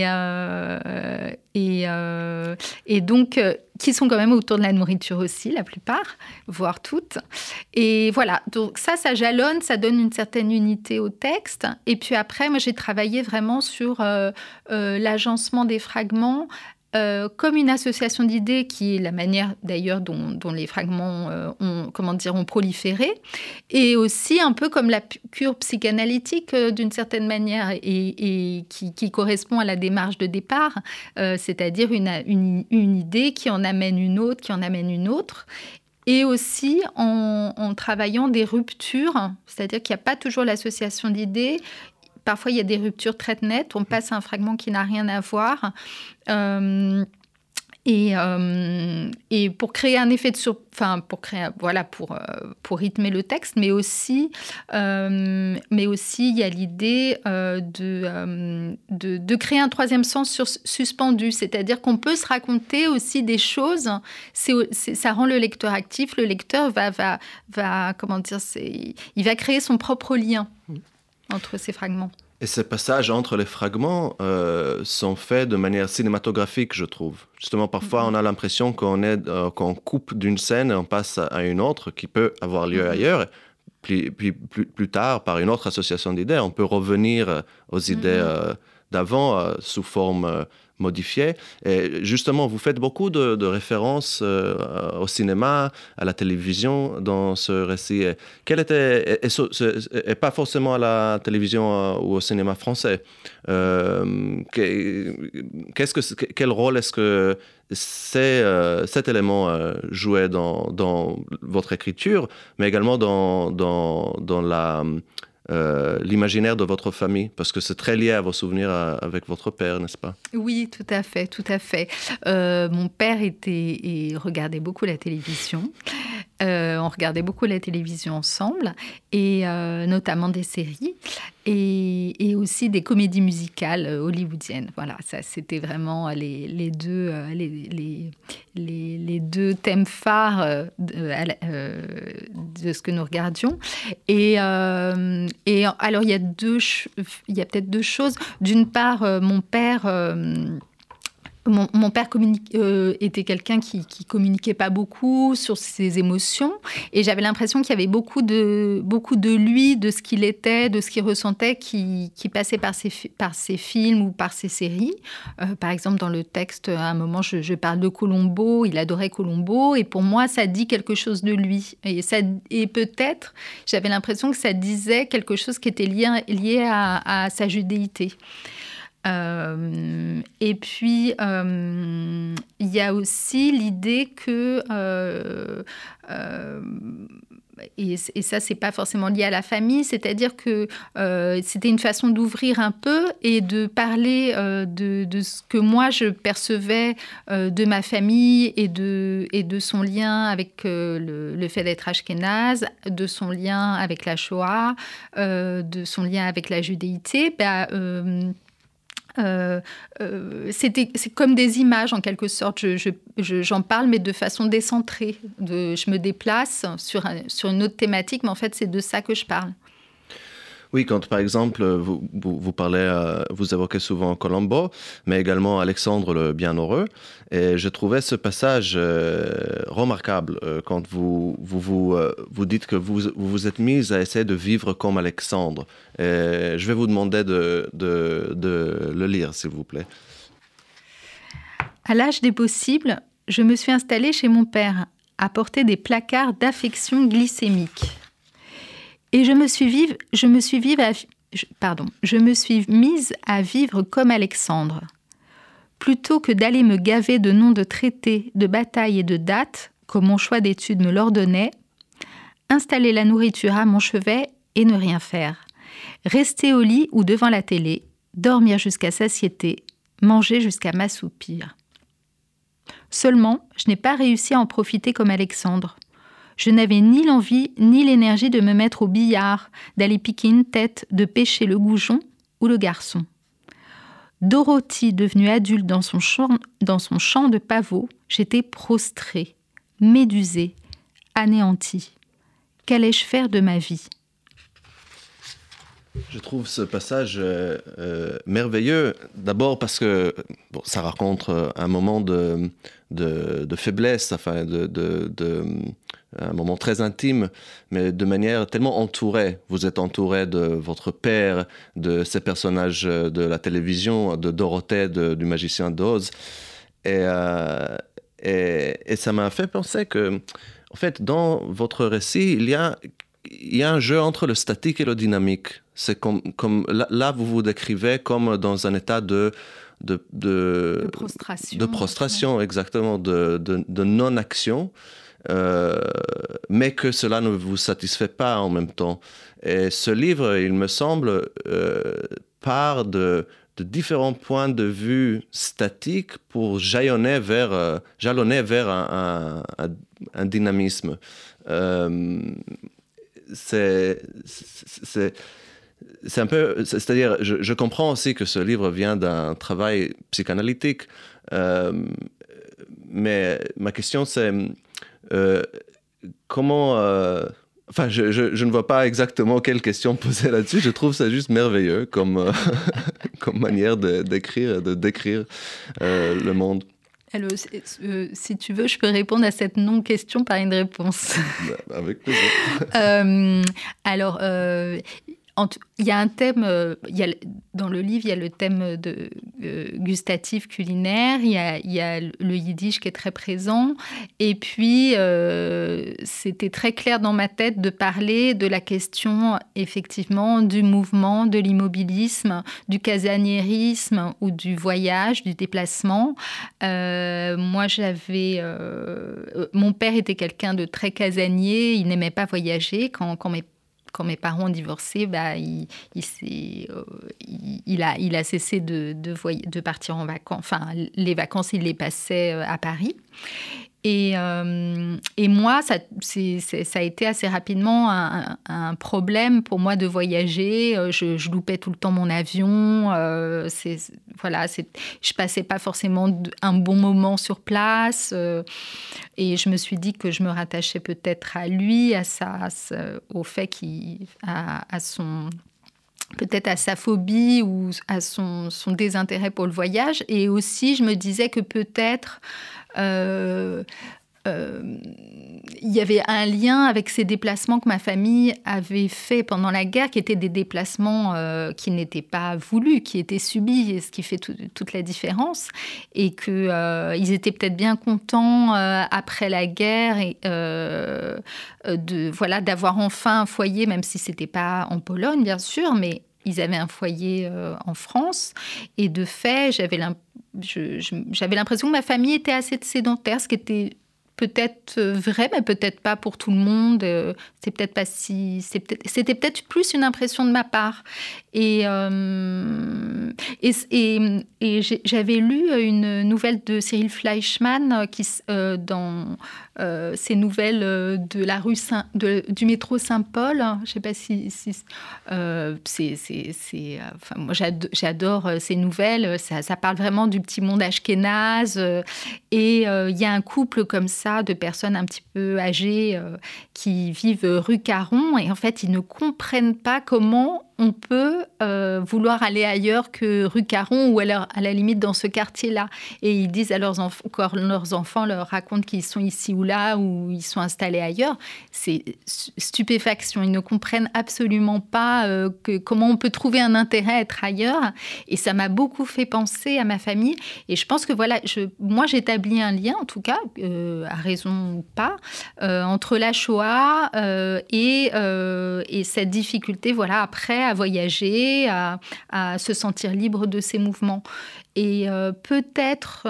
donc, qui sont quand même autour de la nourriture aussi, la plupart, voire toutes. Et voilà, donc ça jalonne, ça donne une certaine unité au texte. Et puis après, moi, j'ai travaillé vraiment sur l'agencement des fragments, comme une association d'idées, qui est la manière d'ailleurs dont les fragments ont proliféré, et aussi un peu comme la cure psychanalytique d'une certaine manière, et qui correspond à la démarche de départ, c'est-à-dire une idée qui en amène une autre, et aussi en travaillant des ruptures, c'est-à-dire qu'il n'y a pas toujours l'association d'idées. Parfois, il y a des ruptures très nettes. On passe à un fragment qui n'a rien à voir. Et pour créer un effet pour rythmer le texte, mais aussi il y a l'idée de créer un troisième sens suspendu, c'est-à-dire qu'on peut se raconter aussi des choses. Ça rend le lecteur actif. Le lecteur va il va créer son propre lien entre ces fragments. Et ces passages entre les fragments sont faits de manière cinématographique, je trouve. Justement, parfois, on a l'impression qu'on coupe d'une scène et on passe à une autre qui peut avoir lieu ailleurs. Puis plus tard, par une autre association d'idées, on peut revenir aux idées d'avant sous forme modifiée. Et justement, vous faites beaucoup de références au cinéma, à la télévision dans ce récit. Quel était, et pas forcément à la télévision ou au cinéma français, quel rôle est-ce que cet élément jouait dans votre écriture, mais également dans l'imaginaire de votre famille, parce que c'est très lié à vos souvenirs avec votre père, n'est-ce pas? Oui, tout à fait, tout à fait. Mon père regardait beaucoup la télévision. On regardait beaucoup la télévision ensemble, et notamment des séries, et aussi des comédies musicales hollywoodiennes. Voilà, ça, c'était vraiment les deux thèmes phares de ce que nous regardions. Et alors, il y a peut-être deux choses. D'une part, mon père Mon père était quelqu'un qui communiquait pas beaucoup sur ses émotions, et j'avais l'impression qu'il y avait beaucoup de lui, de ce qu'il était, de ce qu'il ressentait, qui passait par ses films ou par ses séries. Par exemple, dans le texte, à un moment, je parle de Columbo. Il adorait Columbo, et pour moi, ça dit quelque chose de lui. Et peut-être, j'avais l'impression que ça disait quelque chose qui était lié à sa judéité. Et puis, il y a aussi l'idée que, et ça, c'est pas forcément lié à la famille, c'est-à-dire que c'était une façon d'ouvrir un peu et de parler de ce que moi je percevais de ma famille et de son lien avec le fait d'être ashkénaze, de son lien avec la Shoah, de son lien avec la judéité. C'est comme des images en quelque sorte. J'en parle, mais de façon décentrée. Je me déplace sur une autre thématique, mais en fait c'est de ça que je parle. Oui, quand par exemple vous parlez, vous évoquez souvent Colombo, mais également Alexandre le Bienheureux, et je trouvais ce passage remarquable quand vous dites que vous vous êtes mise à essayer de vivre comme Alexandre. Et je vais vous demander de le lire, s'il vous plaît. À l'âge des possibles, je me suis installée chez mon père, à porter des placards d'affection glycémique. Et je me suis mise à vivre comme Alexandre. Plutôt que d'aller me gaver de noms de traités, de batailles et de dates, comme mon choix d'études me l'ordonnait, installer la nourriture à mon chevet et ne rien faire. Rester au lit ou devant la télé, dormir jusqu'à satiété, manger jusqu'à m'assoupir. Seulement, je n'ai pas réussi à en profiter comme Alexandre. Je n'avais ni l'envie ni l'énergie de me mettre au billard, d'aller piquer une tête, de pêcher le goujon ou le garçon. Dorothy, devenue adulte dans son champ de pavots, j'étais prostrée, médusée, anéantie. Qu'allais-je faire de ma vie ? Je trouve ce passage merveilleux, d'abord parce que ça raconte un moment de faiblesse, enfin un moment très intime, mais de manière tellement entourée. Vous êtes entouré de votre père, de ces personnages de la télévision, de Dorothée, du magicien d'Oz. Et ça m'a fait penser que, en fait, dans votre récit, il y a un jeu entre le statique et le dynamique. C'est comme là, vous vous décrivez comme dans un état de prostration. De prostration, exactement, de non-action, mais que cela ne vous satisfait pas en même temps. Et ce livre, il me semble, part de différents points de vue statiques pour jalonner vers un dynamisme. C'est un peu, c'est-à-dire, je comprends aussi que ce livre vient d'un travail psychanalytique, mais ma question c'est comment, enfin, je ne vois pas exactement quelle question poser là-dessus. Je trouve ça juste merveilleux comme manière de décrire le monde. Alors, si tu veux, je peux répondre à cette non-question par une réponse. Avec plaisir. Alors, il y a un thème, dans le livre, il y a le thème gustatif culinaire, il y a le yiddish qui est très présent, et puis c'était très clair dans ma tête de parler de la question, effectivement, du mouvement, de l'immobilisme, du casaniérisme ou du voyage, du déplacement. Moi, mon père était quelqu'un de très casanier, il n'aimait pas voyager. Quand mes parents ont divorcé, il a cessé de partir en vacances. Enfin, les vacances, il les passait à Paris. Et moi, ça a été assez rapidement un problème pour moi de voyager. Je loupais tout le temps mon avion. Je passais pas forcément un bon moment sur place. Et je me suis dit que je me rattachais peut-être à lui, au fait peut-être à sa phobie ou à son désintérêt pour le voyage. Et aussi, je me disais que peut-être il y avait un lien avec ces déplacements que ma famille avait fait pendant la guerre, qui étaient des déplacements qui n'étaient pas voulus, qui étaient subis, et ce qui fait toute la différence. Et qu'ils étaient peut-être bien contents après la guerre d'avoir enfin un foyer, même si ce n'était pas en Pologne, bien sûr, mais ils avaient un foyer en France. Et de fait, j'avais l'impression que ma famille était assez sédentaire, ce qui était peut-être vrai, mais peut-être pas pour tout le monde. C'était peut-être plus une impression de ma part. Et j'avais lu une nouvelle de Cyril Fleischmann dans ces nouvelles de la rue du métro Saint-Paul. Je ne sais pas si moi j'adore ces nouvelles. Ça parle vraiment du petit monde ashkénaze. Et il y a un couple comme ça de personnes un petit peu âgées qui vivent rue Caron. Et en fait, ils ne comprennent pas comment on peut vouloir aller ailleurs que rue Caron ou à la limite dans ce quartier-là. Et ils disent à leurs enfants leur racontent qu'ils sont ici ou là ou ils sont installés ailleurs. C'est stupéfaction. Ils ne comprennent absolument pas comment on peut trouver un intérêt à être ailleurs. Et ça m'a beaucoup fait penser à ma famille. Et je pense que moi j'établis un lien, en tout cas, à raison ou pas, entre la Shoah et cette difficulté, après, à voyager, à se sentir libre de ces mouvements. Et peut-être,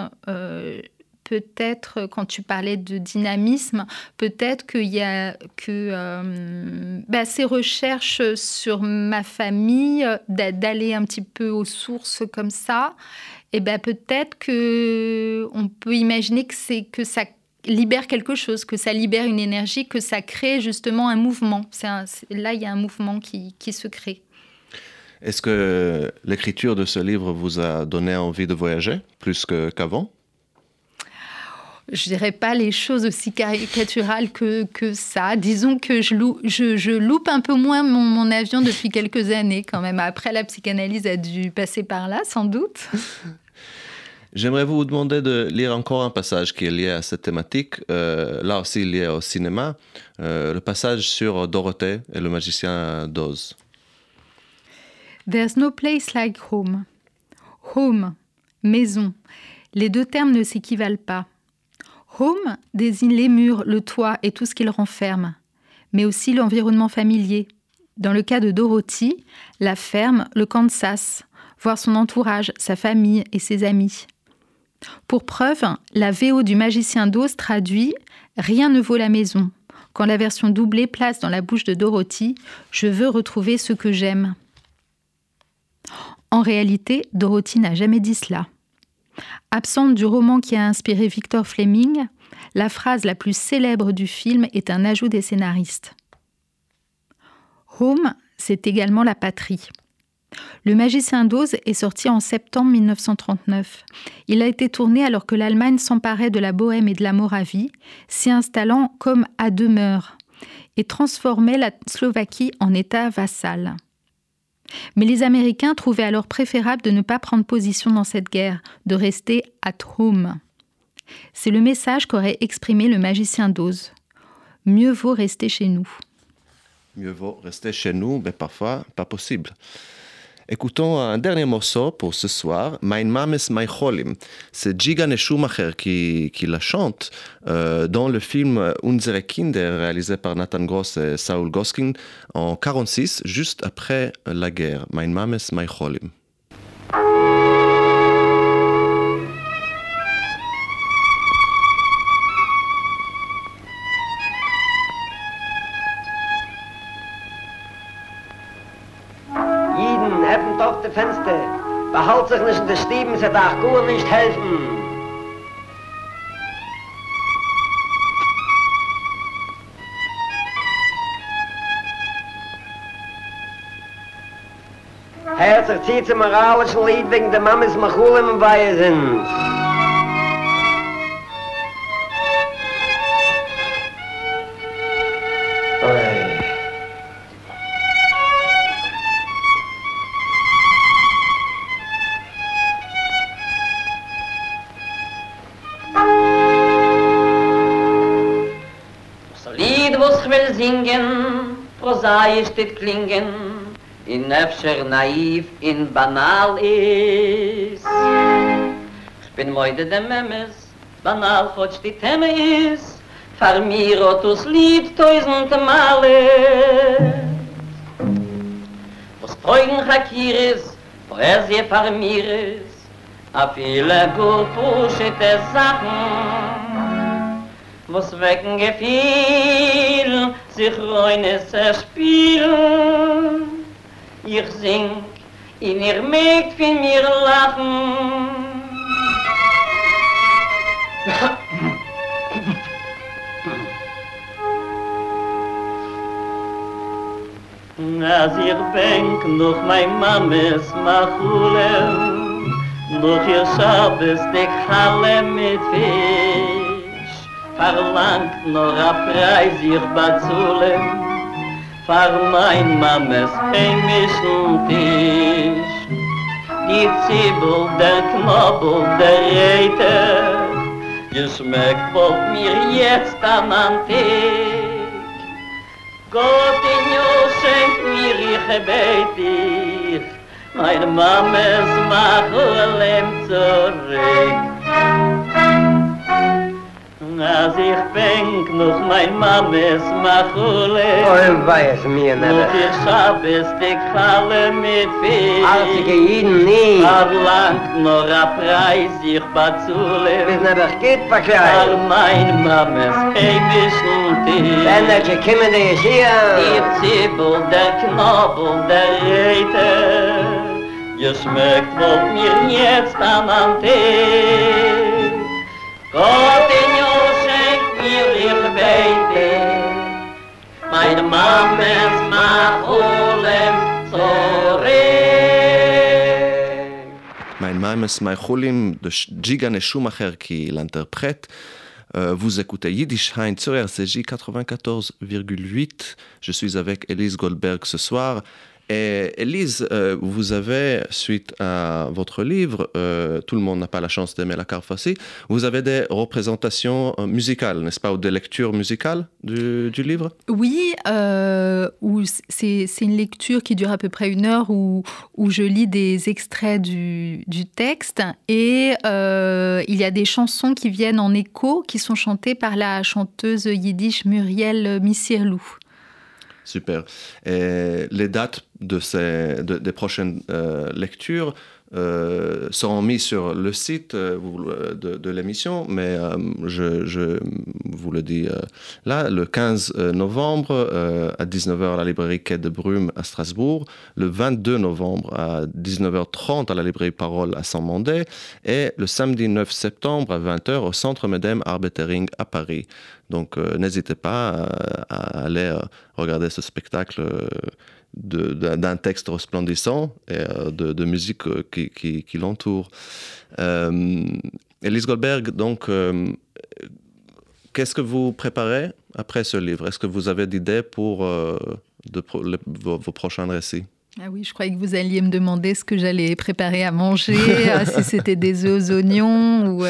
quand tu parlais de dynamisme, peut-être qu'il y a ces recherches sur ma famille, d'aller un petit peu aux sources comme ça, et peut-être qu'on peut imaginer que ça libère quelque chose, que ça libère une énergie, que ça crée justement un mouvement. Là, il y a un mouvement qui se crée. Est-ce que l'écriture de ce livre vous a donné envie de voyager plus qu'avant ? Je dirais pas les choses aussi caricaturales que ça. Disons que je loupe un peu moins mon avion depuis quelques années quand même. Après, la psychanalyse a dû passer par là, sans doute. J'aimerais vous demander de lire encore un passage qui est lié à cette thématique, là aussi lié au cinéma, le passage sur Dorothée et le magicien d'Oz. There's no place like home. Home, maison. Les deux termes ne s'équivalent pas. Home désigne les murs, le toit et tout ce qu'ils renferment, mais aussi l'environnement familier. Dans le cas de Dorothy, la ferme, le Kansas, voire son entourage, sa famille et ses amis. Pour preuve, la VO du magicien d'Oz traduit « Rien ne vaut la maison », quand la version doublée place dans la bouche de Dorothy « Je veux retrouver ce que j'aime ». En réalité, Dorothy n'a jamais dit cela. Absente du roman qui a inspiré Victor Fleming, la phrase la plus célèbre du film est un ajout des scénaristes. Home, c'est également la patrie. Le magicien d'Oz est sorti en septembre 1939. Il a été tourné alors que l'Allemagne s'emparait de la Bohême et de la Moravie, s'y installant comme à demeure, et transformait la Slovaquie en État vassal. Mais les Américains trouvaient alors préférable de ne pas prendre position dans cette guerre, de rester at home. C'est le message qu'aurait exprimé le magicien d'Oz. Mieux vaut rester chez nous. Mieux vaut rester chez nous, mais parfois pas possible. Écoutons un dernier morceau pour ce soir, Mein Mames Mein Cholim. C'est Gigane Schumacher qui la chante dans le film Unsere Kinder, réalisé par Nathan Gross et Saul Goskin en 1946, juste après la guerre. Mein Mames Mein Cholim. Auf die Fenster. Behalt sich nicht in den Stieben, sie darf gut nicht helfen. Herzlich zieht zum moralischen Lied wegen der Mammes Machulim im Weihe sind. singen, prosaisch dit klingen, in nefscher naiv, in banal is. Ich bin moide dem Memes, banal fotsch die Theme is, far mir otus lied tausende Male. Was Teugen Chakiris, Poesie far mir is, a viele gurpuschete Sachen, was wecken Gefühl, sich Reune zerspielen. Ich sing, in ihr mögt von mir lachen. Als ich denk noch mein Mames Machulem, noch ihr Schabes dick Halle mit Fisch, verlangt nur a Preis ich bazulem, für mein Mames heimischen Tisch. Die Zwiebel, der Knoblauch, der Reiter, geschmeckt wollt mir jetzt an Antik. Gott in Jo schenkt mir, ich bete dich, meine Mames Machulem zurück. Als ich denk noch mein Mames Machulem, Oh, weiß mir nicht. noch ihr Schabes dick Halle mit Fisch, Artige Jiden nie. verlangt nur a Preis ich bazulem. Bis nicht das geht Für verkleiden. mein Mames heimischen Tisch. Wenn das gekommen ist Die hier. Zwiebel, der Knoblauch, der Reiter, geschmeckt wollt mir jetzt an Tisch. Gott in Jo schenkt mir, ich bete, meine Mames Machulem zurück. Mein Mames Maicholim de Gigane Schumacher qui l'interprète. Vous écoutez Yiddish Hein sur RCJ 94,8. Je suis avec Elise Goldberg ce soir. Et Elise, vous avez, suite à votre livre, Tout le monde n'a pas la chance d'aimer la Carfassi, vous avez des représentations musicales, n'est-ce pas, ou des lectures musicales du livre? Oui, où c'est une lecture qui dure à peu près 1 heure où je lis des extraits du texte et il y a des chansons qui viennent en écho, qui sont chantées par la chanteuse yiddish Muriel Missirlou. Super. Et les dates des prochaines lectures seront mises sur le site de l'émission, mais je vous le dis là, le 15 novembre à 19h à la librairie Quai de Brume à Strasbourg, le 22 novembre à 19h30 à la librairie Parole à Saint-Mandé et le samedi 9 septembre à 20h au Centre Medem Arbetering à Paris. Donc n'hésitez pas à aller regarder ce spectacle d'un texte resplendissant et de musique qui l'entoure. Elise Goldberg, donc, qu'est-ce que vous préparez après ce livre? Est-ce que vous avez d'idées pour vos prochains récits? Ah oui, je croyais que vous alliez me demander ce que j'allais préparer à manger, si c'était des œufs aux oignons ou...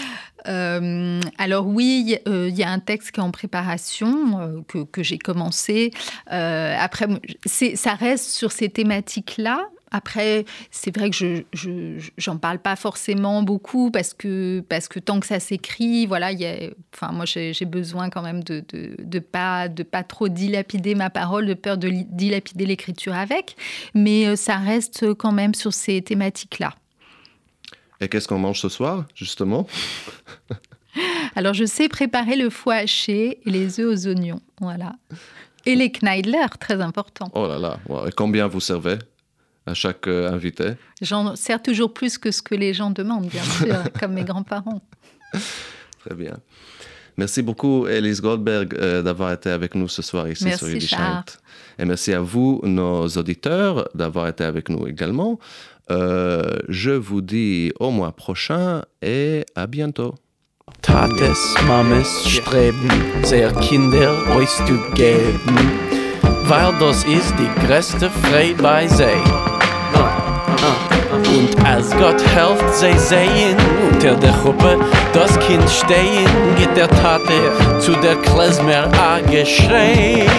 alors oui, il y a un texte qui est en préparation, que j'ai commencé. Après, ça reste sur ces thématiques-là. Après, c'est vrai que j'en parle pas forcément beaucoup parce que tant que ça s'écrit, voilà, moi j'ai besoin quand même de pas trop dilapider ma parole, de peur de dilapider l'écriture avec, mais ça reste quand même sur ces thématiques-là. Et qu'est-ce qu'on mange ce soir, justement? Alors, je sais préparer le foie haché et les œufs aux oignons, voilà. Et les Kneidler, très important. Oh là là, wow. Et combien vous servez à chaque invité? J'en sers toujours plus que ce que les gens demandent, bien sûr, comme mes grands-parents. Très bien. Merci beaucoup, Elise Goldberg, d'avoir été avec nous ce soir ici sur Yiddish Hein. Et merci à vous, nos auditeurs, d'avoir été avec nous également. Je vous dis au mois prochain et à bientôt. Tates, Mames streben, sehr Kinder euch zu geben, weil das ist die größte Freude bei sie. Und als Gott helft, sie sehen unter der Gruppe das Kind stehen, geht der Tate zu der Klezmer a geschrei.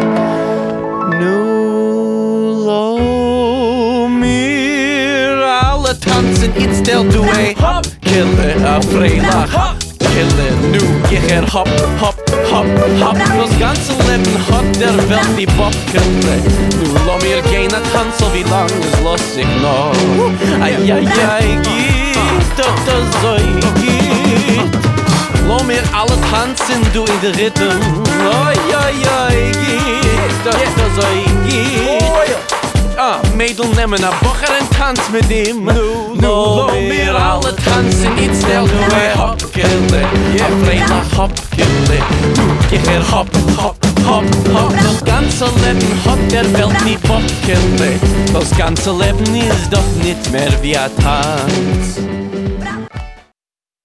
Nu lo mir alle tanzen, it's der Duet. Hop, kille a Freilach. Kille, nu geher hop, hop, hop, hop. Das ganze Leben hat der Welt die Bobkille. Nu lo mir gehen a tanzen, wie lang es los ich noch. Ai, ai, ai, geht, doch das so geht. Lo mir alle tanzen, du in der Rhythm. Ai, ai, ai, geht, doch das so geht. Mädel nemmen a Bocher en tanz mit ihm. Nu lo mir alle tanzen, it's der Duet. Hop, kille, a Freilach, hop, kille. Du geher hop, hop, hop, hop. Das ganze Leben hat der Welt nie Bob, kille. Das ganze Leben ist doch nicht mehr wie a Tanz.